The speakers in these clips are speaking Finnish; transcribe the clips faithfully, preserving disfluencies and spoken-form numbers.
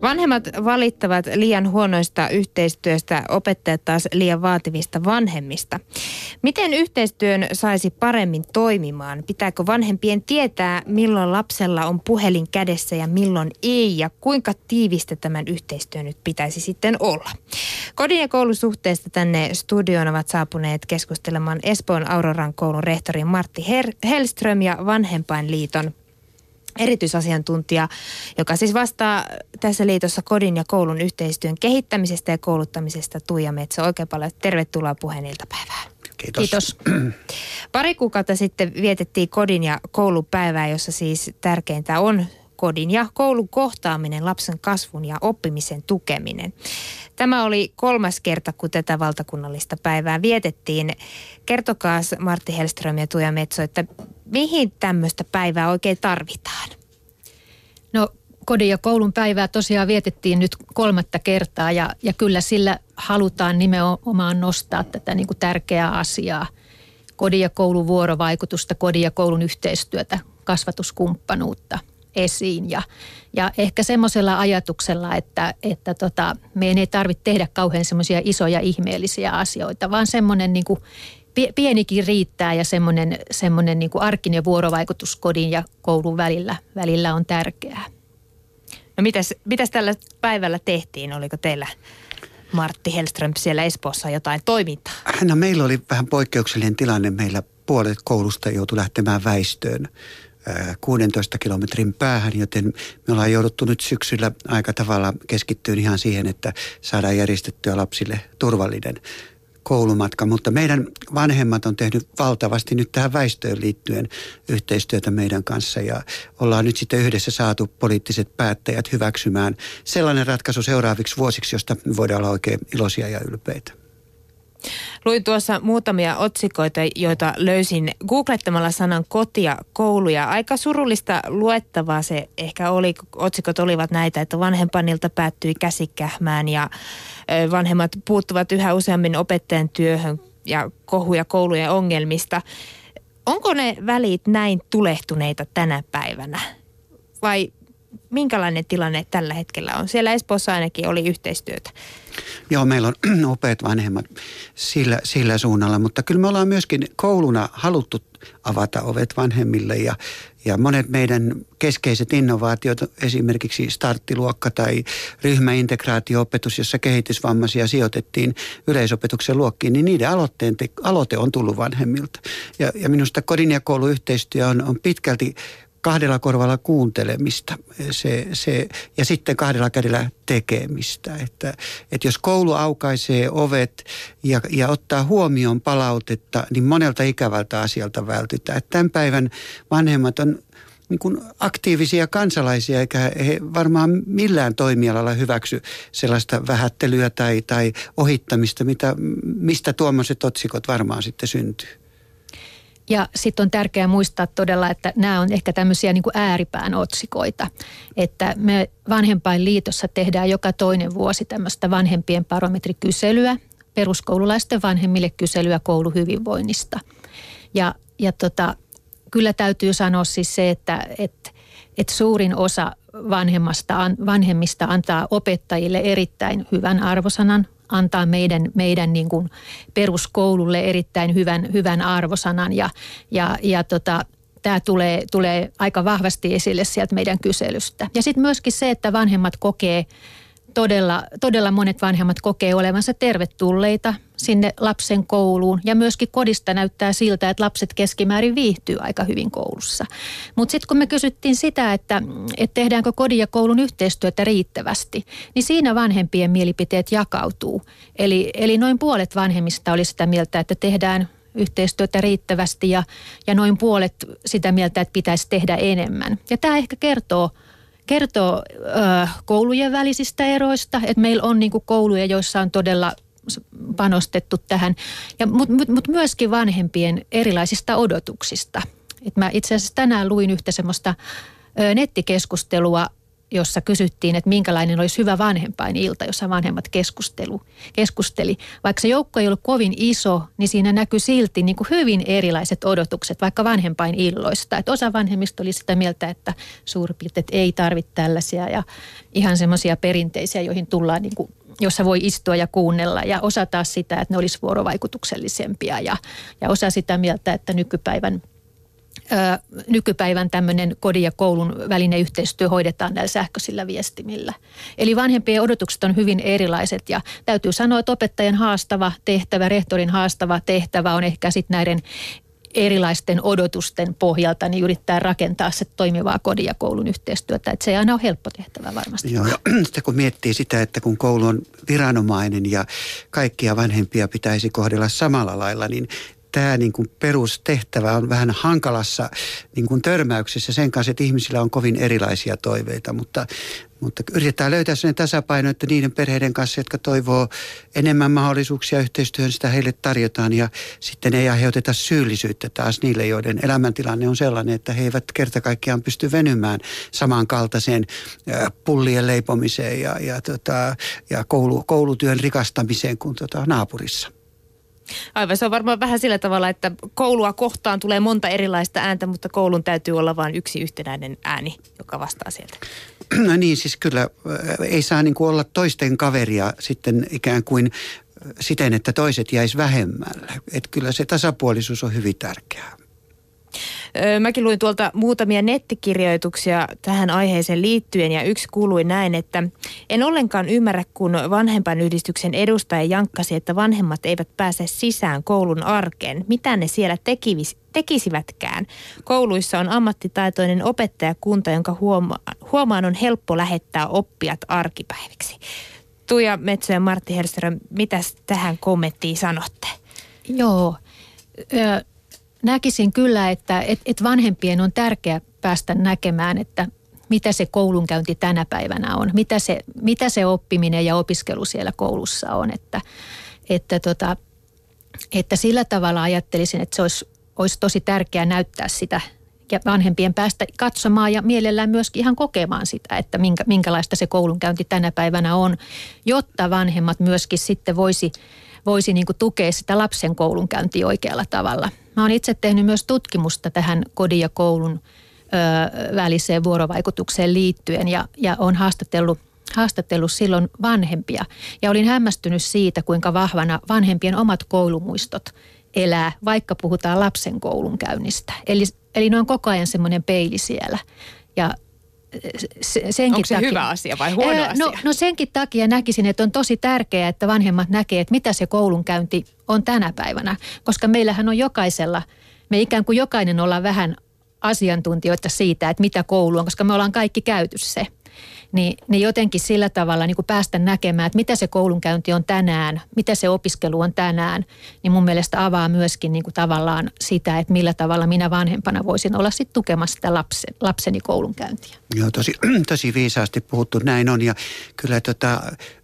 Vanhemmat valittavat liian huonoista yhteistyöstä, opettajat taas liian vaativista vanhemmista. Miten yhteistyön saisi paremmin toimimaan? Pitääkö vanhempien tietää, milloin lapsella on puhelin kädessä ja milloin ei? Ja kuinka tiivistä tämän yhteistyön nyt pitäisi sitten olla? Kodin ja koulusuhteesta tänne studioon ovat saapuneet keskustelemaan Espoon Auroran koulun rehtori Martti Her- Hellström ja Vanhempainliiton erityisasiantuntija, joka siis vastaa tässä liitossa kodin ja koulun yhteistyön kehittämisestä ja kouluttamisesta, Tuija Metso. Oikein paljon tervetuloa puheen iltapäivään. Kiitos. Kiitos. Pari kuukautta sitten vietettiin kodin ja koulupäivää, jossa siis tärkeintä on kodin ja koulun kohtaaminen, lapsen kasvun ja oppimisen tukeminen. Tämä oli kolmas kerta, kun tätä valtakunnallista päivää vietettiin. Kertokaas Martti Hellström ja Tuija Metso, että mihin tämmöistä päivää oikein tarvitaan? No kodin ja koulun päivää tosiaan vietettiin nyt kolmatta kertaa ja, ja kyllä sillä halutaan nimenomaan nostaa tätä niin kuin tärkeää asiaa. Kodin ja koulun vuorovaikutusta, kodin ja koulun yhteistyötä, kasvatuskumppanuutta esiin ja, ja ehkä semmoisella ajatuksella, että, että tota, meidän ei tarvitse tehdä kauhean semmoisia isoja ihmeellisiä asioita, vaan semmoinen niin kuin pienikin riittää ja semmoinen, semmoinen niin kuin arkinen vuorovaikutus kodin ja koulun välillä, välillä on tärkeää. No mitäs, mitäs tällä päivällä tehtiin? Oliko teillä, Martti Hellström, siellä Espoossa jotain toimintaa? No meillä oli vähän poikkeuksellinen tilanne. Meillä puolet koulusta joutui lähtemään väistöön kuudentoista kilometrin päähän, joten me ollaan jouduttu nyt syksyllä aika tavalla keskittyyn ihan siihen, että saadaan järjestettyä lapsille turvallinen koulumatka, mutta meidän vanhemmat on tehnyt valtavasti nyt tähän väistöön liittyen yhteistyötä meidän kanssa ja ollaan nyt sitten yhdessä saatu poliittiset päättäjät hyväksymään sellainen ratkaisu seuraaviksi vuosiksi, josta voidaan olla oikein iloisia ja ylpeitä. Luin tuossa muutamia otsikoita, joita löysin googlettamalla sanan koti ja koulu ja aika surullista luettavaa se ehkä oli. Otsikot olivat näitä, että vanhempanilta päättyi käsikähmään ja vanhemmat puuttuvat yhä useammin opettajan työhön ja kohuja koulujen ongelmista. Onko ne välit näin tulehtuneita tänä päivänä vai minkälainen tilanne tällä hetkellä on? Siellä Espoossa ainakin oli yhteistyötä. Joo, meillä on upeat vanhemmat sillä, sillä suunnalla, mutta kyllä me ollaan myöskin kouluna haluttu avata ovet vanhemmille ja, ja monet meidän keskeiset innovaatiot, esimerkiksi starttiluokka tai ryhmäintegraatio-opetus, jossa kehitysvammaisia sijoitettiin yleisopetuksen luokkiin, niin niiden aloitteen, aloite on tullut vanhemmilta. Ja, ja minusta kodin ja koulun yhteistyö on, on pitkälti kahdella korvalla kuuntelemista se, se, ja sitten kahdella kädellä tekemistä. Että, että jos koulu aukaisee ovet ja, ja ottaa huomioon palautetta, niin monelta ikävältä asialta vältytään. Että tämän päivän vanhemmat on niin kuin aktiivisia kansalaisia, eikä he varmaan millään toimialalla hyväksy sellaista vähättelyä tai, tai ohittamista, mitä, mistä tuommoiset otsikot varmaan sitten syntyy. Ja sitten on tärkeää muistaa todella, että nämä on ehkä tämmöisiä niin kuin ääripään otsikoita. Että me Vanhempainliitossa tehdään joka toinen vuosi tämmöistä vanhempien barometrikyselyä, peruskoululaisten vanhemmille kyselyä kouluhyvinvoinnista. Ja, ja tota, kyllä täytyy sanoa siis se, että et, et suurin osa vanhemmasta, vanhemmista antaa opettajille erittäin hyvän arvosanan, antaa meidän, meidän niin kuin peruskoululle erittäin hyvän, hyvän arvosanan ja, ja, ja tota, tämä tulee, tulee aika vahvasti esille sieltä meidän kyselystä. Ja sitten myöskin se, että vanhemmat kokee, todella, todella monet vanhemmat kokee olevansa tervetulleita sinne lapsen kouluun ja myöskin kodista näyttää siltä, että lapset keskimäärin viihtyy aika hyvin koulussa. Mutta sitten kun me kysyttiin sitä, että, että tehdäänkö kodin ja koulun yhteistyötä riittävästi, niin siinä vanhempien mielipiteet jakautuu. Eli, eli noin puolet vanhemmista oli sitä mieltä, että tehdään yhteistyötä riittävästi ja, ja noin puolet sitä mieltä, että pitäisi tehdä enemmän. Ja tämä ehkä kertoo Kertoo ö, koulujen välisistä eroista, että meillä on niinku kouluja, joissa on todella panostettu tähän, mutta mut, mut myöskin vanhempien erilaisista odotuksista. Et mä itse asiassa tänään luin yhtä semmoista ö, nettikeskustelua jossa kysyttiin, että minkälainen olisi hyvä vanhempainilta, jossa vanhemmat keskustelu, keskusteli. Vaikka se joukko ei ollut kovin iso, niin siinä näkyi silti niin kuin hyvin erilaiset odotukset vaikka vanhempainilloista. Että osa vanhemmista oli sitä mieltä, että suurin piirtein ei tarvitse tällaisia ja ihan semmoisia perinteisiä, joihin tullaan niin kuin, jossa voi istua ja kuunnella, ja osa taas sitä, että ne olisi vuorovaikutuksellisempia ja, ja osa sitä mieltä, että nykypäivän Ö, nykypäivän tämmöinen kodin ja koulun välinen yhteistyö hoidetaan näillä sähköisillä viestimillä. Eli vanhempien odotukset on hyvin erilaiset, ja täytyy sanoa, että opettajan haastava tehtävä, rehtorin haastava tehtävä on ehkä sitten näiden erilaisten odotusten pohjalta niin yrittää rakentaa se toimivaa kodin ja koulun yhteistyötä. Että se ei aina ole helppo tehtävä varmasti. Joo, ja sitten kun miettii sitä, että kun koulu on viranomainen ja kaikkia vanhempia pitäisi kohdella samalla lailla, niin tämä niin kuin perustehtävä on vähän hankalassa niin kuin törmäyksessä sen kanssa, että ihmisillä on kovin erilaisia toiveita, mutta, mutta yritetään löytää sellainen tasapaino, että niiden perheiden kanssa, jotka toivoo enemmän mahdollisuuksia yhteistyöhön, sitä heille tarjotaan, ja sitten ei aiheuteta syyllisyyttä taas niille, joiden elämäntilanne on sellainen, että he eivät kerta kaikkiaan pysty venymään samankaltaiseen pullien leipomiseen ja, ja, tota, ja koulu, koulutyön rikastamiseen kuin tota naapurissa. Aivan, se on varmaan vähän sillä tavalla, että koulua kohtaan tulee monta erilaista ääntä, mutta koulun täytyy olla vain yksi yhtenäinen ääni, joka vastaa sieltä. No niin, siis kyllä ei saa niin kuin olla toisten kaveria sitten ikään kuin siten, että toiset jäis vähemmälle. Että kyllä se tasapuolisuus on hyvin tärkeää. Mäkin luin tuolta muutamia nettikirjoituksia tähän aiheeseen liittyen, ja yksi kuului näin, että en ollenkaan ymmärrä, kun vanhempainyhdistyksen edustaja jankkasi, että vanhemmat eivät pääse sisään koulun arkeen. Mitä ne siellä tekivis, tekisivätkään? Kouluissa on ammattitaitoinen opettajakunta, jonka huoma, huomaan on helppo lähettää oppijat arkipäiviksi. Tuija Metsä ja Martti Herström, mitäs tähän kommenttiin sanotte? Joo, ö- Näkisin kyllä, että et, et vanhempien on tärkeää päästä näkemään, että mitä se koulunkäynti tänä päivänä on, mitä se, mitä se oppiminen ja opiskelu siellä koulussa on. Että, että, tota, että sillä tavalla ajattelisin, että se olisi, olisi tosi tärkeää näyttää sitä ja vanhempien päästä katsomaan ja mielellään myöskin ihan kokemaan sitä, että minkä, minkälaista se koulunkäynti tänä päivänä on, jotta vanhemmat myöskin sitten voisi voisi niin kuin tukea sitä lapsen koulunkäyntiä oikealla tavalla. Mä oon itse tehnyt myös tutkimusta tähän kodin ja koulun ö, väliseen vuorovaikutukseen liittyen ja, ja olen haastatellut, haastatellut silloin vanhempia. Ja olin hämmästynyt siitä, kuinka vahvana vanhempien omat koulumuistot elää, vaikka puhutaan lapsen koulunkäynnistä. Eli, eli ne on koko ajan semmoinen peili siellä. Ja senkin onko se takia, hyvä asia vai huono ää, asia? No, no senkin takia näkisin, että on tosi tärkeää, että vanhemmat näkee, että mitä se koulunkäynti on tänä päivänä. Koska meillähän on jokaisella, me ikään kuin jokainen ollaan vähän asiantuntijoita siitä, että mitä koulu on, koska me ollaan kaikki käyty se. Niin, niin jotenkin sillä tavalla niin kuin päästä näkemään, että mitä se koulunkäynti on tänään, mitä se opiskelu on tänään, niin mun mielestä avaa myöskin niin kuin tavallaan sitä, että millä tavalla minä vanhempana voisin olla sitten tukemassa sitä lapsen, lapseni koulunkäyntiä. Joo, tosi, tosi viisaasti puhuttu, näin on, ja kyllä tota,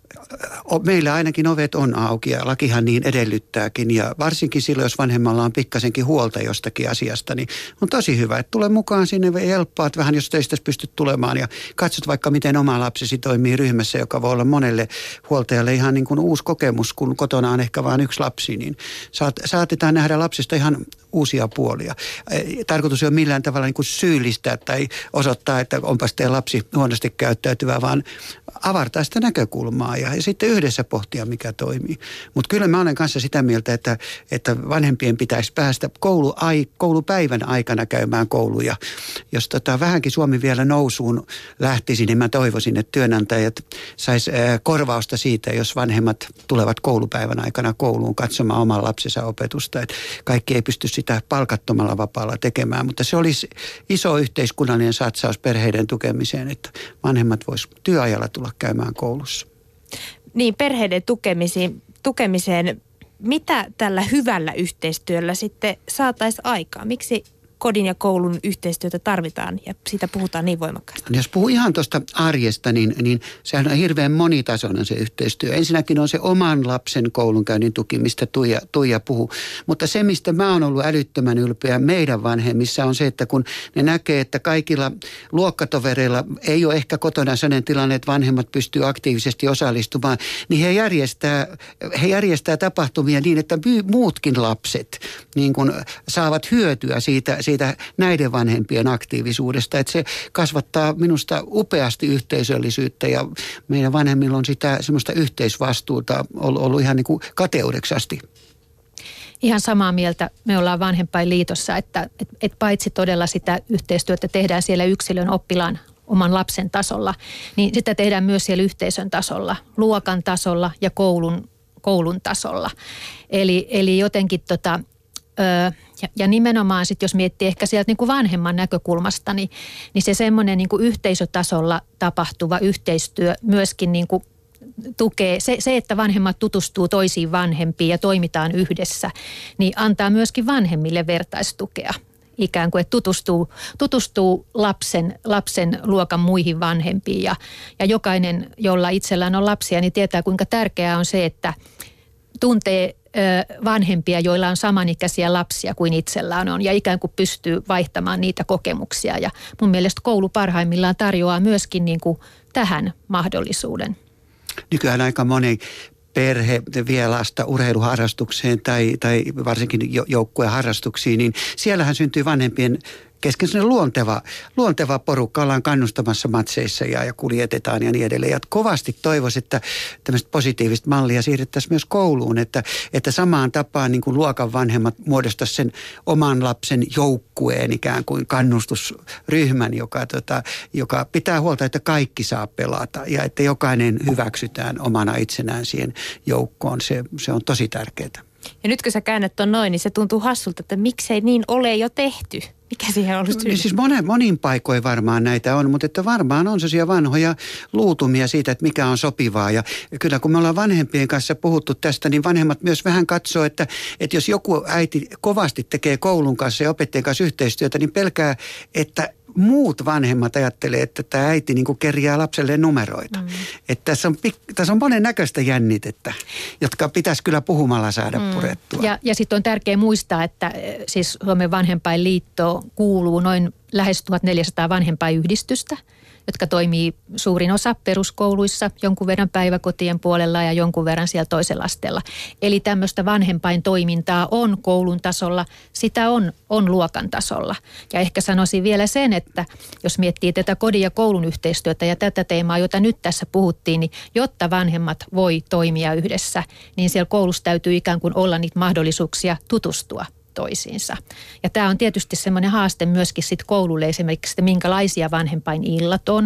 meillä ainakin ovet on auki ja lakihan niin edellyttääkin, ja varsinkin silloin, jos vanhemmalla on pikkasenkin huolta jostakin asiasta, niin on tosi hyvä, että tule mukaan sinne, helppoat vähän, jos teistä pystyt tulemaan ja katsot vaikka, miten oma lapsesi toimii ryhmässä, joka voi olla monelle huoltajalle ihan niin kuin uusi kokemus, kun kotona on ehkä vain yksi lapsi, niin saat, saatetaan nähdä lapsesta ihan uusia puolia. Tarkoitus ei ole millään tavalla niin kuin syyllistää tai osoittaa, että onpas teidän lapsi huonosti käyttäytyvä, vaan avartaa sitä näkökulmaa ja, ja sitten yhdessä pohtia, mikä toimii. Mutta kyllä mä olen kanssa sitä mieltä, että, että vanhempien pitäisi päästä koulu, ai, koulupäivän aikana käymään kouluja. Jos tota, vähänkin Suomi vielä nousuun lähtisi, niin mä toivoisin, että työnantajat sais äh, korvausta siitä, jos vanhemmat tulevat koulupäivän aikana kouluun katsomaan oman lapsensa opetusta. Et kaikki ei pysty sitä palkattomalla vapaalla tekemään, mutta se olisi iso yhteiskunnallinen satsaus perheiden tukemiseen, että vanhemmat vois työajalla tulla käymään koulussa. Niin, perheiden tukemiseen, tukemiseen, mitä tällä hyvällä yhteistyöllä sitten saataisiin aikaa? Miksi kodin ja koulun yhteistyötä tarvitaan ja siitä puhutaan niin voimakkaasti? Jos puhuu ihan tuosta arjesta, niin, niin sehän on hirveän monitasoinen se yhteistyö. Ensinnäkin on se oman lapsen koulunkäynnin tuki, mistä Tuija, Tuija puhuu. Mutta se, mistä mä oon ollut älyttömän ylpeä meidän vanhemmissa, on se, että kun ne näkee, että kaikilla luokkatovereilla ei ole ehkä kotona sellainen tilanne, että vanhemmat pystyy aktiivisesti osallistumaan, niin he järjestää, he järjestää tapahtumia niin, että muutkin lapset niin kun saavat hyötyä siitä, siitä näiden vanhempien aktiivisuudesta. Että se kasvattaa minusta upeasti yhteisöllisyyttä ja meidän vanhemmilla on sitä semmoista yhteisvastuuta ollut ihan niin kuin kateudeksi asti. Ihan samaa mieltä. Me ollaan Vanhempainliitossa, että et, et paitsi todella sitä yhteistyötä tehdään siellä yksilön oppilaan oman lapsen tasolla, niin sitä tehdään myös siellä yhteisön tasolla, luokan tasolla ja koulun, koulun tasolla. Eli, eli jotenkin tota, ö, ja, ja nimenomaan sitten jos miettii ehkä sieltä niin kuin vanhemman näkökulmasta, niin, niin se semmoinen niin kuin yhteisötasolla tapahtuva yhteistyö myöskin niin kuin tukee, se, se, että vanhemmat tutustuu toisiin vanhempiin ja toimitaan yhdessä, niin antaa myöskin vanhemmille vertaistukea. Ikään kuin, että tutustuu, tutustuu lapsen, lapsen luokan muihin vanhempiin ja, ja jokainen, jolla itsellään on lapsia, niin tietää kuinka tärkeää on se, että tuntee ö, vanhempia, joilla on samanikäisiä lapsia kuin itsellään on ja ikään kuin pystyy vaihtamaan niitä kokemuksia. Ja mun mielestä koulu parhaimmillaan tarjoaa myöskin niin kuin tähän mahdollisuuden. Nykyään aika moni perhe vie lasta urheiluharrastukseen tai, tai varsinkin joukkueharrastuksiin, niin siellähän syntyy vanhempien kesken sellainen luonteva, luonteva porukka, ollaan kannustamassa matseissa ja, ja kuljetetaan ja niin edelleen. Ja kovasti toivoisi, että tämmöistä positiivista mallia siirrettäisiin myös kouluun, että, että samaan tapaan niin kuin luokan vanhemmat muodostaisivat sen oman lapsen joukkueen ikään kuin kannustusryhmän, joka, tota, joka pitää huolta, että kaikki saa pelata ja että jokainen hyväksytään omana itsenään siihen joukkoon. Se, se on tosi tärkeää. Ja nyt kun sä käännät ton noin, niin se tuntuu hassulta, että miksei niin ole jo tehty. Mikä siihen on ollut syy? No, siis monin, monin paikoin varmaan näitä on, mutta että varmaan on sellaisia vanhoja luutumia siitä, että mikä on sopivaa. Ja kyllä kun me ollaan vanhempien kanssa puhuttu tästä, niin vanhemmat myös vähän katsoo, että, että jos joku äiti kovasti tekee koulun kanssa ja opettajien kanssa yhteistyötä, niin pelkää, että muut vanhemmat ajattelee, että tämä äiti niin kuin kerjää lapselle numeroita. Mm. Että tässä on, tässä on monen näköistä jännitettä, jotka pitäisi kyllä puhumalla saada mm. purettua. Ja, ja sitten on tärkeää muistaa, että siis Suomen Vanhempainliittoon kuuluu noin lähes tuhatneljäsataa vanhempainyhdistystä, jotka toimii suurin osa peruskouluissa, jonkun verran päiväkotien puolella ja jonkun verran siellä toisella asteella. Eli tämmöistä vanhempaintoimintaa on koulun tasolla, sitä on, on luokan tasolla. Ja ehkä sanoisin vielä sen, että jos miettii tätä kodin ja koulun yhteistyötä ja tätä teemaa, jota nyt tässä puhuttiin, niin jotta vanhemmat voi toimia yhdessä, niin siellä koulussa täytyy ikään kuin olla niitä mahdollisuuksia tutustua toisiinsa. Ja tämä on tietysti semmoinen haaste myöskin sit koululle esimerkiksi, että minkälaisia vanhempainillat on,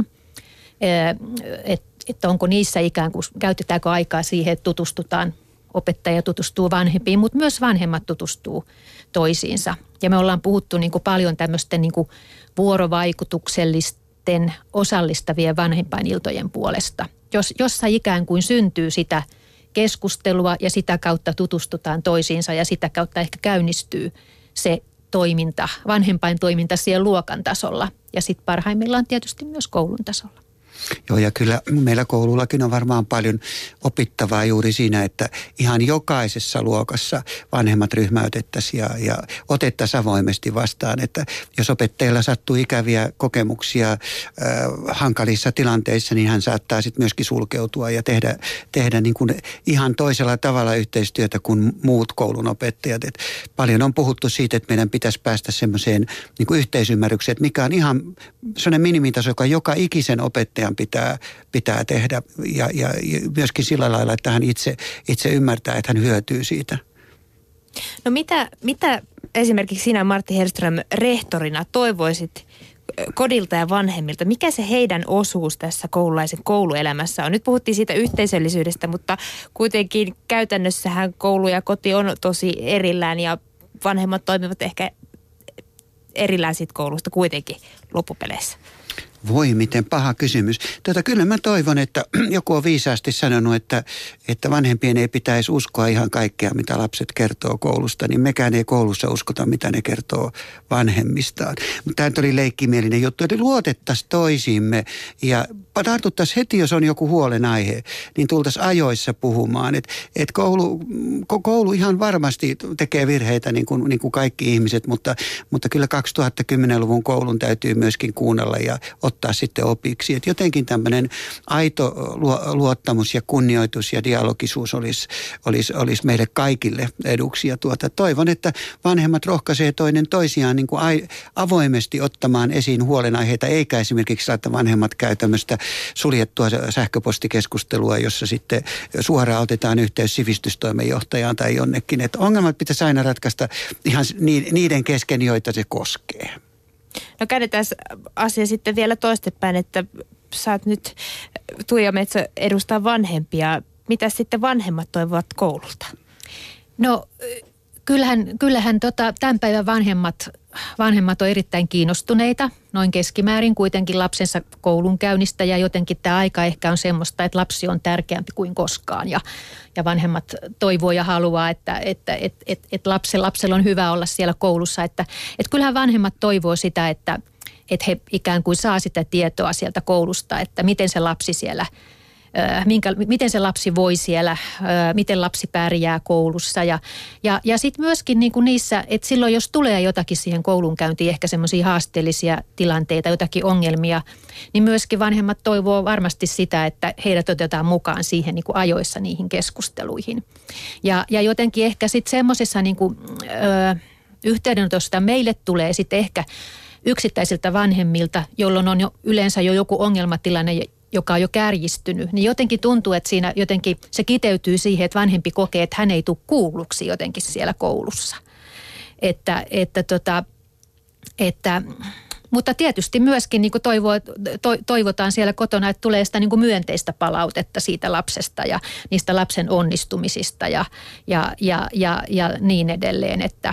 että et onko niissä ikään kuin, käytetäänkö aikaa siihen, että tutustutaan, opettaja tutustuu vanhempiin, mutta myös vanhemmat tutustuu toisiinsa. Ja me ollaan puhuttu niin kuin paljon tämmöisten niin kuin vuorovaikutuksellisten osallistavien vanhempainiltojen puolesta, jos, jossa ikään kuin syntyy sitä keskustelua ja sitä kautta tutustutaan toisiinsa ja sitä kautta ehkä käynnistyy se toiminta, vanhempain toiminta siellä luokan tasolla ja sitten parhaimmillaan tietysti myös koulun tasolla. Joo, ja kyllä meillä koulullakin on varmaan paljon opittavaa juuri siinä, että ihan jokaisessa luokassa vanhemmat ryhmäytettäisiin ja, ja otettaisiin avoimesti vastaan, että jos opettajalla sattuu ikäviä kokemuksia äh, hankalissa tilanteissa, niin hän saattaa sitten myöskin sulkeutua ja tehdä, tehdä niin kuin ihan toisella tavalla yhteistyötä kuin muut koulun opettajat. Et paljon on puhuttu siitä, että meidän pitäisi päästä semmoiseen niin kuin yhteisymmärrykseen, että mikä on ihan sellainen minimitaso, joka joka ikisen opettajan pitää, pitää tehdä ja, ja myöskin sillä lailla, että hän itse, itse ymmärtää, että hän hyötyy siitä. No mitä, mitä esimerkiksi sinä, Martti Herström, rehtorina toivoisit kodilta ja vanhemmilta? Mikä se heidän osuus tässä koululaisen kouluelämässä on? Nyt puhuttiin siitä yhteisöllisyydestä, mutta kuitenkin käytännössähän koulu ja koti on tosi erillään ja vanhemmat toimivat ehkä erillään siitä koulusta kuitenkin loppupeleissä. Voi miten paha kysymys. Tota, kyllä mä toivon, että joku on viisaasti sanonut, että, että vanhempien ei pitäisi uskoa ihan kaikkea, mitä lapset kertoo koulusta. Niin mekään ei koulussa uskota, mitä ne kertoo vanhemmistaan. Mutta tämä oli leikkimielinen juttu, että luotettaisiin toisiimme ja tartuttaisiin heti, jos on joku huolenaihe, niin tultaisiin ajoissa puhumaan. Että et koulu, koulu ihan varmasti tekee virheitä niin kuin, niin kuin kaikki ihmiset, mutta, mutta kyllä kaksituhattakymmenluvun koulun täytyy myöskin kuunnella ja ottaa sitten opiksi. Että jotenkin tämmöinen aito luottamus ja kunnioitus ja dialogisuus olisi, olisi, olisi meille kaikille eduksi. Ja tuota, toivon, että vanhemmat rohkaisee toinen toisiaan niin kuin avoimesti ottamaan esiin huolenaiheita, eikä esimerkiksi että vanhemmat käy tämmöistä suljettua sähköpostikeskustelua, jossa sitten suoraan otetaan yhteys sivistystoimenjohtajaan tai jonnekin. Että ongelmat pitäisi aina ratkaista ihan niiden kesken, joita se koskee. No käännetään asia sitten vielä toistepäin, että saat nyt, Tuija Metsä, edustaa vanhempia. Mitä sitten vanhemmat toivovat koululta? No kyllähän, kyllähän tota, tämän päivän vanhemmat, vanhemmat on erittäin kiinnostuneita noin keskimäärin kuitenkin lapsensa koulun käynnistä ja jotenkin tämä aika ehkä on semmoista, että lapsi on tärkeämpi kuin koskaan ja, ja vanhemmat toivoo ja haluaa, että, että et, et, et lapse, lapsella on hyvä olla siellä koulussa, että et kyllähän vanhemmat toivoo sitä, että et he ikään kuin saa sitä tietoa sieltä koulusta, että miten se lapsi siellä Minkä, miten se lapsi voi siellä, miten lapsi pärjää koulussa ja, ja, ja sitten myöskin niin kuin niissä, että silloin jos tulee jotakin siihen koulunkäyntiin, ehkä semmoisia haasteellisia tilanteita, jotakin ongelmia, niin myöskin vanhemmat toivoo varmasti sitä, että heidät otetaan mukaan siihen niin kuin ajoissa niihin keskusteluihin. Ja, ja jotenkin ehkä sitten semmoisessa niin kuin, ö, yhteydenotosta meille tulee sitten ehkä yksittäisiltä vanhemmilta, jolloin on jo yleensä jo joku ongelmatilanne, joka on jo kärjistynyt, niin jotenkin tuntuu, että siinä jotenkin se kiteytyy siihen, että vanhempi kokee, että hän ei tule kuulluksi jotenkin siellä koulussa. Että, että, tota, että, mutta tietysti myöskin niin kuin toivo, to, toivotaan siellä kotona, että tulee sitä niin kuin myönteistä palautetta siitä lapsesta ja niistä lapsen onnistumisista ja, ja, ja, ja, ja niin edelleen, että,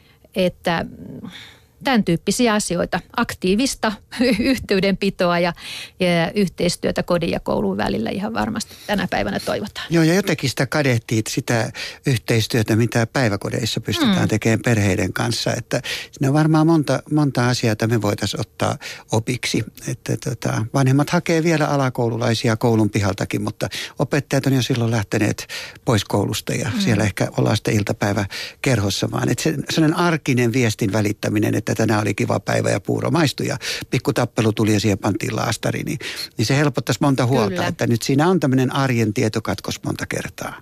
että tämän tyyppisiä asioita, aktiivista yhteydenpitoa ja, ja yhteistyötä kodin ja koulun välillä ihan varmasti tänä päivänä toivotaan. Joo, ja jotenkin sitä kadehtii sitä yhteistyötä, mitä päiväkodeissa pystytään mm. tekemään perheiden kanssa. Että siinä on varmaan monta, monta asiaa, että me voitaisiin ottaa opiksi. Että tota, vanhemmat hakee vielä alakoululaisia koulun pihaltakin, mutta opettajat on jo silloin lähteneet pois koulusta ja mm. siellä ehkä ollaan sitten iltapäivä kerhossa vaan. Että se, sellainen arkinen viestin välittäminen, että tänään oli kiva päivä ja puuro maistui ja pikku tappelu tuli ja siihen pantiin laastari, niin, niin se helpottaisi monta huolta, Kyllä. että nyt siinä on tämmöinen arjen tietokatkos monta kertaa.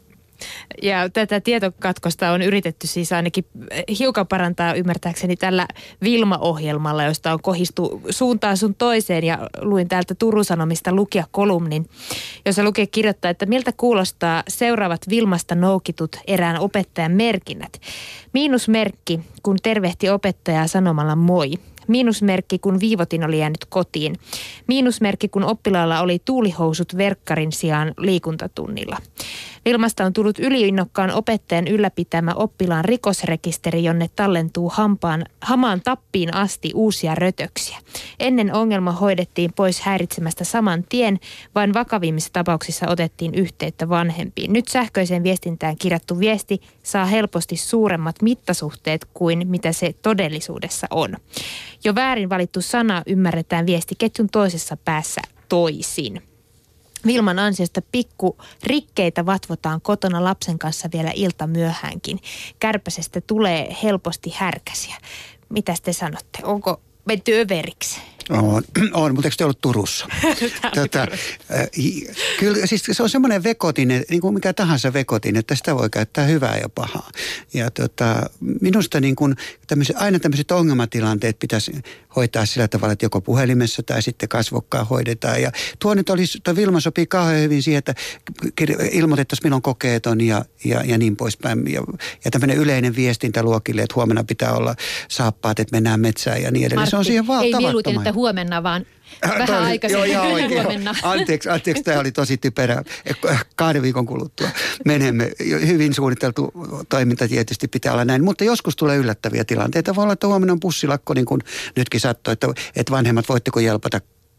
Ja tätä tietokatkosta on yritetty siis ainakin hiukan parantaa ymmärtääkseni tällä Vilma-ohjelmalla, josta on kohistu suuntaan sun toiseen ja luin täältä Turun Sanomista lukija-kolumnin, jossa lukija kirjoittaa, että miltä kuulostaa seuraavat Vilmasta noukitut erään opettajan merkinnät. Miinusmerkki, kun tervehti opettajaa sanomalla moi. Miinusmerkki, kun viivotin oli jäänyt kotiin. Miinusmerkki, kun oppilaalla oli tuulihousut verkkarin sijaan liikuntatunnilla. Vilmasta on tullut yliinnokkaan opettajan ylläpitämä oppilaan rikosrekisteri, jonne tallentuu hampaan, hamaan tappiin asti uusia rötöksiä. Ennen ongelma hoidettiin pois häiritsemästä saman tien, vain vakavimmissa tapauksissa otettiin yhteyttä vanhempiin. Nyt sähköiseen viestintään kirjattu viesti saa helposti suuremmat mittasuhteet kuin mitä se todellisuudessa on. Jo väärin valittu sana ymmärretään viestiketjun toisessa päässä toisin. Vilman ansiosta pikku rikkeitä vatvotaan kotona lapsen kanssa vielä ilta myöhäänkin. Kärpäsestä tulee helposti härkäsiä. Mitä te sanotte? Onko menty överiksi? On, on, mutta eikö te ollut Turussa? Tätä, äh, kyllä, siis se on semmoinen vekotin, niin kuin mikä tahansa vekotin, että sitä voi käyttää hyvää ja pahaa. Ja tota, minusta niin kuin tämmöiset, aina tämmöiset ongelmatilanteet pitäisi hoitaa sillä tavalla, että joko puhelimessa tai sitten kasvokkaan hoidetaan. Ja tuo nyt olisi, tuo Vilma sopii kauhean hyvin siihen, että ilmoitettaisiin milloin kokeet on ja, ja, ja niin poispäin. Ja, ja tämmöinen yleinen viestintä luokille, että huomenna pitää olla saappaat, että mennään metsään ja niin edelleen. Martti, se on siihen vaan ei tavattoman. mieluiten, että huomenna, vaan vähän oli, aikaisemmin joo, joo, huomenna. Anteeksi, anteeksi, tämä oli tosi typerä. Kahden viikon kuluttua menemme. Hyvin suunniteltu toiminta tietysti pitää olla näin, mutta joskus tulee yllättäviä tilanteita. Voi olla, että huomenna on bussilakko, niin kuin nytkin sattui, että, että vanhemmat voitteko jelpata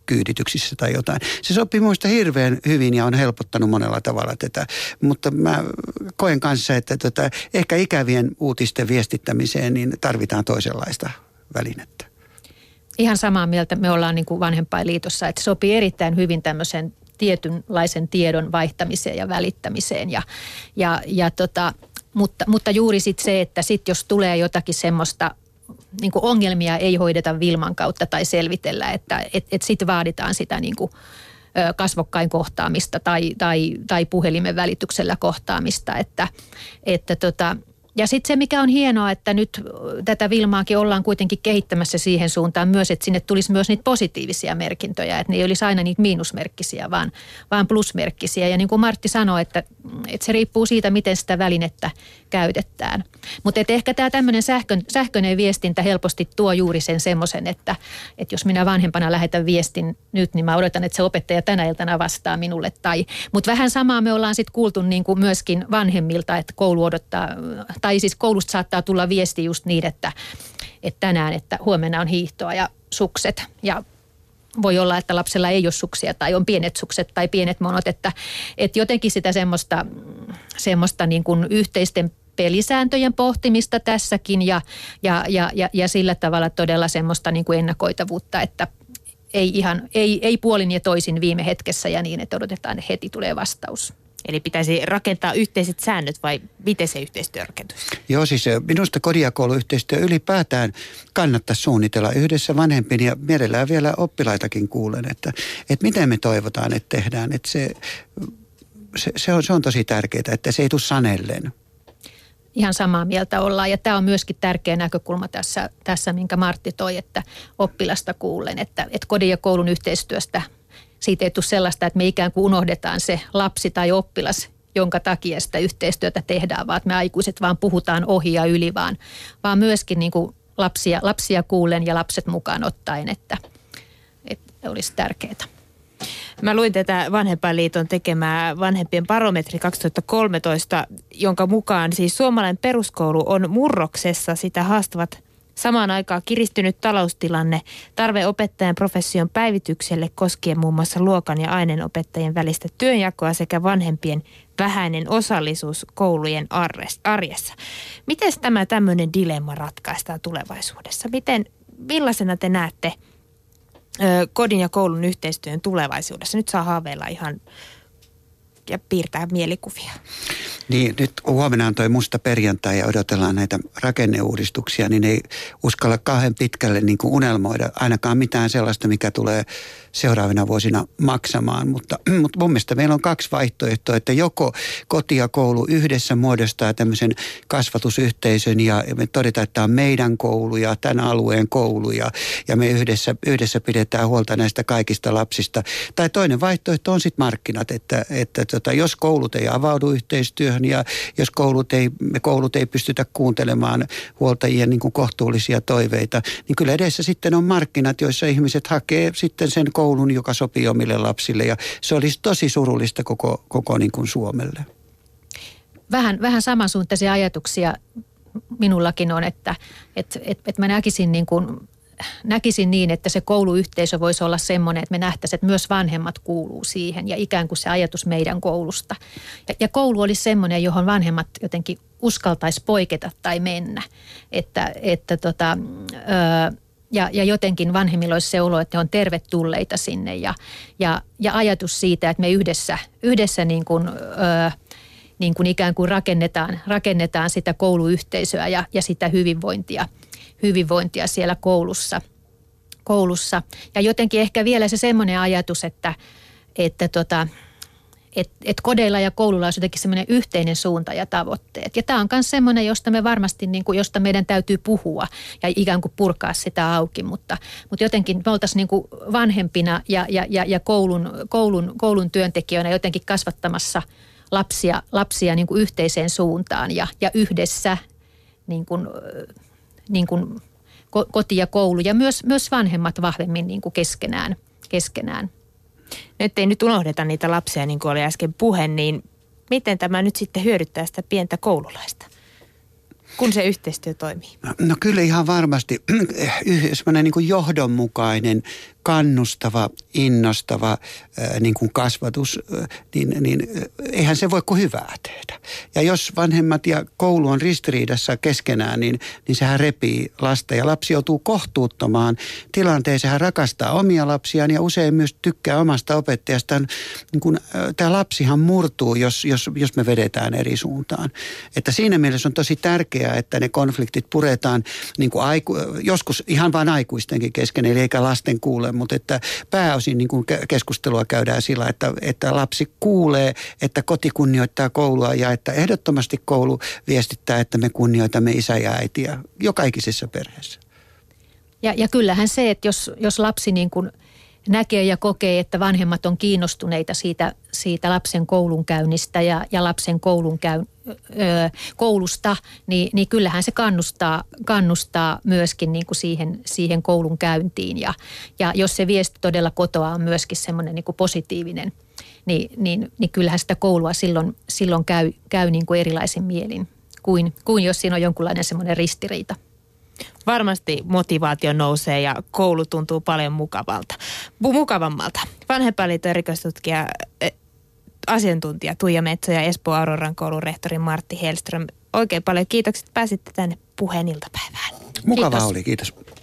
kyydityksissä tai jotain. Se sopii muista hirveän hyvin ja on helpottanut monella tavalla tätä, mutta mä koen kanssa, että tota, ehkä ikävien uutisten viestittämiseen niin tarvitaan toisenlaista välinettä. Ihan samaa mieltä me ollaan niin kuin Vanhempainliitossa, että se sopii erittäin hyvin tämmöisen tietynlaisen tiedon vaihtamiseen ja välittämiseen. Ja, ja, ja tota, mutta, mutta juuri sitten se, että sit jos tulee jotakin semmoista, niin kuin ongelmia ei hoideta Wilman kautta tai selvitellä, että et, et sitten vaaditaan sitä niin kuin kasvokkain kohtaamista tai, tai, tai puhelimen välityksellä kohtaamista, että, että tota, ja sitten se, mikä on hienoa, että nyt tätä Wilmaakin ollaan kuitenkin kehittämässä siihen suuntaan myös, että sinne tulisi myös niitä positiivisia merkintöjä, että ne ei olisi aina niitä miinusmerkkisiä, vaan, vaan plusmerkkisiä. Ja niin kuin Martti sanoi, että, että se riippuu siitä, miten sitä välinettä käytetään. Mutta ehkä tämä tämmöinen sähkön, sähköinen viestintä helposti tuo juuri sen semmoisen, että, että jos minä vanhempana lähetän viestin nyt, niin mä odotan, että se opettaja tänä iltana vastaa minulle. Tai, mutta vähän samaa me ollaan sitten kuultu niin kuin myöskin vanhemmilta, että koulu odottaa, tai siis koulusta saattaa tulla viesti just niin, että, että tänään, että huomenna on hiihtoa ja sukset. Ja voi olla, että lapsella ei ole suksia tai on pienet sukset tai pienet monot, että, että jotenkin sitä semmoista, semmoista niin kuin yhteisten pelisääntöjen pohtimista tässäkin ja, ja, ja, ja, ja sillä tavalla todella semmoista niin kuin ennakoitavuutta, että ei, ihan, ei, ei puolin ja toisin viime hetkessä ja niin, että odotetaan, että heti tulee vastaus. Eli pitäisi rakentaa yhteiset säännöt vai miten se yhteistyö rakentuisi? Joo, siis minusta kodi- ja kouluyhteistyö ylipäätään kannattaisi suunnitella yhdessä vanhempien ja mielellään vielä oppilaitakin kuulen, että, että miten me toivotaan, että tehdään. Että se, se, se, on, se on tosi tärkeää, että se ei tule sanellen. Ihan samaa mieltä ollaan ja tämä on myöskin tärkeä näkökulma tässä, tässä minkä Martti toi, että oppilasta kuulen, että, että kodin ja koulun yhteistyöstä siitä ei tule sellaista, että me ikään kuin unohdetaan se lapsi tai oppilas, jonka takia sitä yhteistyötä tehdään, vaan että me aikuiset vaan puhutaan ohi ja yli, vaan, vaan myöskin niin kuin lapsia, lapsia kuulen ja lapset mukaan ottaen, että, että olisi tärkeää. Mä luin tätä Vanhempainliiton tekemää vanhempien barometri kaksituhattakolmetoista, jonka mukaan siis suomalainen peruskoulu on murroksessa. Sitä haastavat samaan aikaan kiristynyt taloustilanne, tarve opettajan profession päivitykselle koskien muun muassa luokan ja aineenopettajien välistä työnjakoa sekä vanhempien vähäinen osallisuus koulujen arjessa. Miten tämä tämmöinen dilemma ratkaistaan tulevaisuudessa? Miten, millaisena te näette ö, kodin ja koulun yhteistyön tulevaisuudessa? Nyt saa haaveilla ihan ja piirtää mielikuvia. Niin, nyt huomenna on toi musta perjantai ja odotellaan näitä rakenneuudistuksia, niin ei uskalla kauhean pitkälle niin kuin unelmoida ainakaan mitään sellaista, mikä tulee seuraavina vuosina maksamaan. Mutta, mutta mun mielestä meillä on kaksi vaihtoehtoa, että joko koti ja koulu yhdessä muodostaa tämmöisen kasvatusyhteisön ja me todetaan, että tämä on meidän koulu ja tämän alueen koulu ja, ja me yhdessä, yhdessä pidetään huolta näistä kaikista lapsista. Tai toinen vaihtoehto on sitten markkinat, että, että tota, jos koulut ei avaudu yhteistyöhön ja jos koulut ei, me koulut ei pystytä kuuntelemaan huoltajien niin kuin kohtuullisia toiveita, niin kyllä edessä sitten on markkinat, joissa ihmiset hakee sitten sen koulun, joka sopii omille lapsille ja se olisi tosi surullista koko, koko niin kuin Suomelle. Vähän, vähän samansuuntaisia ajatuksia minullakin on, että et, et, et mä näkisin niin kuin Näkisin niin, että se kouluyhteisö voisi olla semmoinen, että me nähtäisiin, että myös vanhemmat kuuluu siihen ja ikään kuin se ajatus meidän koulusta. Ja, ja koulu olisi semmoinen, johon vanhemmat jotenkin uskaltaisi poiketa tai mennä. Että, että tota, ö, ja, ja jotenkin vanhemmilla olisi se olo, että ne on tervetulleita sinne ja, ja, ja ajatus siitä, että me yhdessä, yhdessä niin kuin, ö, niin kuin ikään kuin rakennetaan, rakennetaan sitä kouluyhteisöä ja, ja sitä hyvinvointia. hyvinvointia siellä koulussa. koulussa. Ja jotenkin ehkä vielä se semmoinen ajatus, että, että tota, et, et kodeilla ja koululla olisi jotenkin semmoinen yhteinen suunta ja tavoitteet. Ja tämä on myös semmoinen, josta me varmasti, niin kuin, josta meidän täytyy puhua ja ikään kuin purkaa sitä auki. Mutta, mutta jotenkin me oltaisiin niin kuin vanhempina ja, ja, ja, ja koulun, koulun, koulun työntekijöinä jotenkin kasvattamassa lapsia, lapsia niin kuin yhteiseen suuntaan ja, ja yhdessä niin kuin niin kuin koti ja koulu ja myös, myös vanhemmat vahvemmin niin kuin keskenään, keskenään. Nyt ei nyt unohdeta niitä lapsia, niin kuin oli äsken puhe, niin miten tämä nyt sitten hyödyttää sitä pientä koululaista, kun se yhteistyö toimii? No, no kyllä ihan varmasti semmoinen niin kuin johdonmukainen kannustava, innostava ää, niin kuin kasvatus, ää, niin, niin eihän se voi kuin hyvää tehdä. Ja jos vanhemmat ja koulu on ristiriidassa keskenään, niin, niin sehän repii lasta ja lapsi joutuu kohtuuttomaan tilanteeseen. Hän rakastaa omia lapsiaan ja usein myös tykkää omasta opettajastaan. Niin kun, ää, tämä lapsihan murtuu, jos, jos, jos me vedetään eri suuntaan. Että siinä mielessä on tosi tärkeää, että ne konfliktit puretaan niin kuin aiku, joskus ihan vain aikuistenkin kesken, eli eikä lasten kuule, mutta että pääosin niin kuin keskustelua käydään sillä, että, että lapsi kuulee, että koti kunnioittaa koulua ja että ehdottomasti koulu viestittää, että me kunnioitamme isä ja äitiä jokaikisessa perheessä. Ja, ja kyllähän se, että jos, jos lapsi niin kuin näkee ja kokee, että vanhemmat on kiinnostuneita siitä, siitä lapsen koulunkäynnistä ja, ja lapsen koulun käy, ö, koulusta, niin, niin kyllähän se kannustaa, kannustaa myöskin niin kuin siihen, siihen koulun käyntiin. Ja, ja jos se viesti todella kotoa on myöskin semmoinen niin kuin positiivinen, niin, niin, niin kyllähän sitä koulua silloin, silloin käy, käy niin kuin erilaisen mielin kuin, kuin jos siinä on jonkunlainen semmoinen ristiriita. Varmasti motivaatio nousee ja koulu tuntuu paljon mukavalta, mukavammalta. Vanhempainliiton erikoistutkija, asiantuntija Tuija Metso ja Espoon Auroran koulun rehtori Martti Hellström. Oikein paljon kiitokset, pääsitte tänne Puheen iltapäivään. Mukavaa Kiitos. oli, kiitos.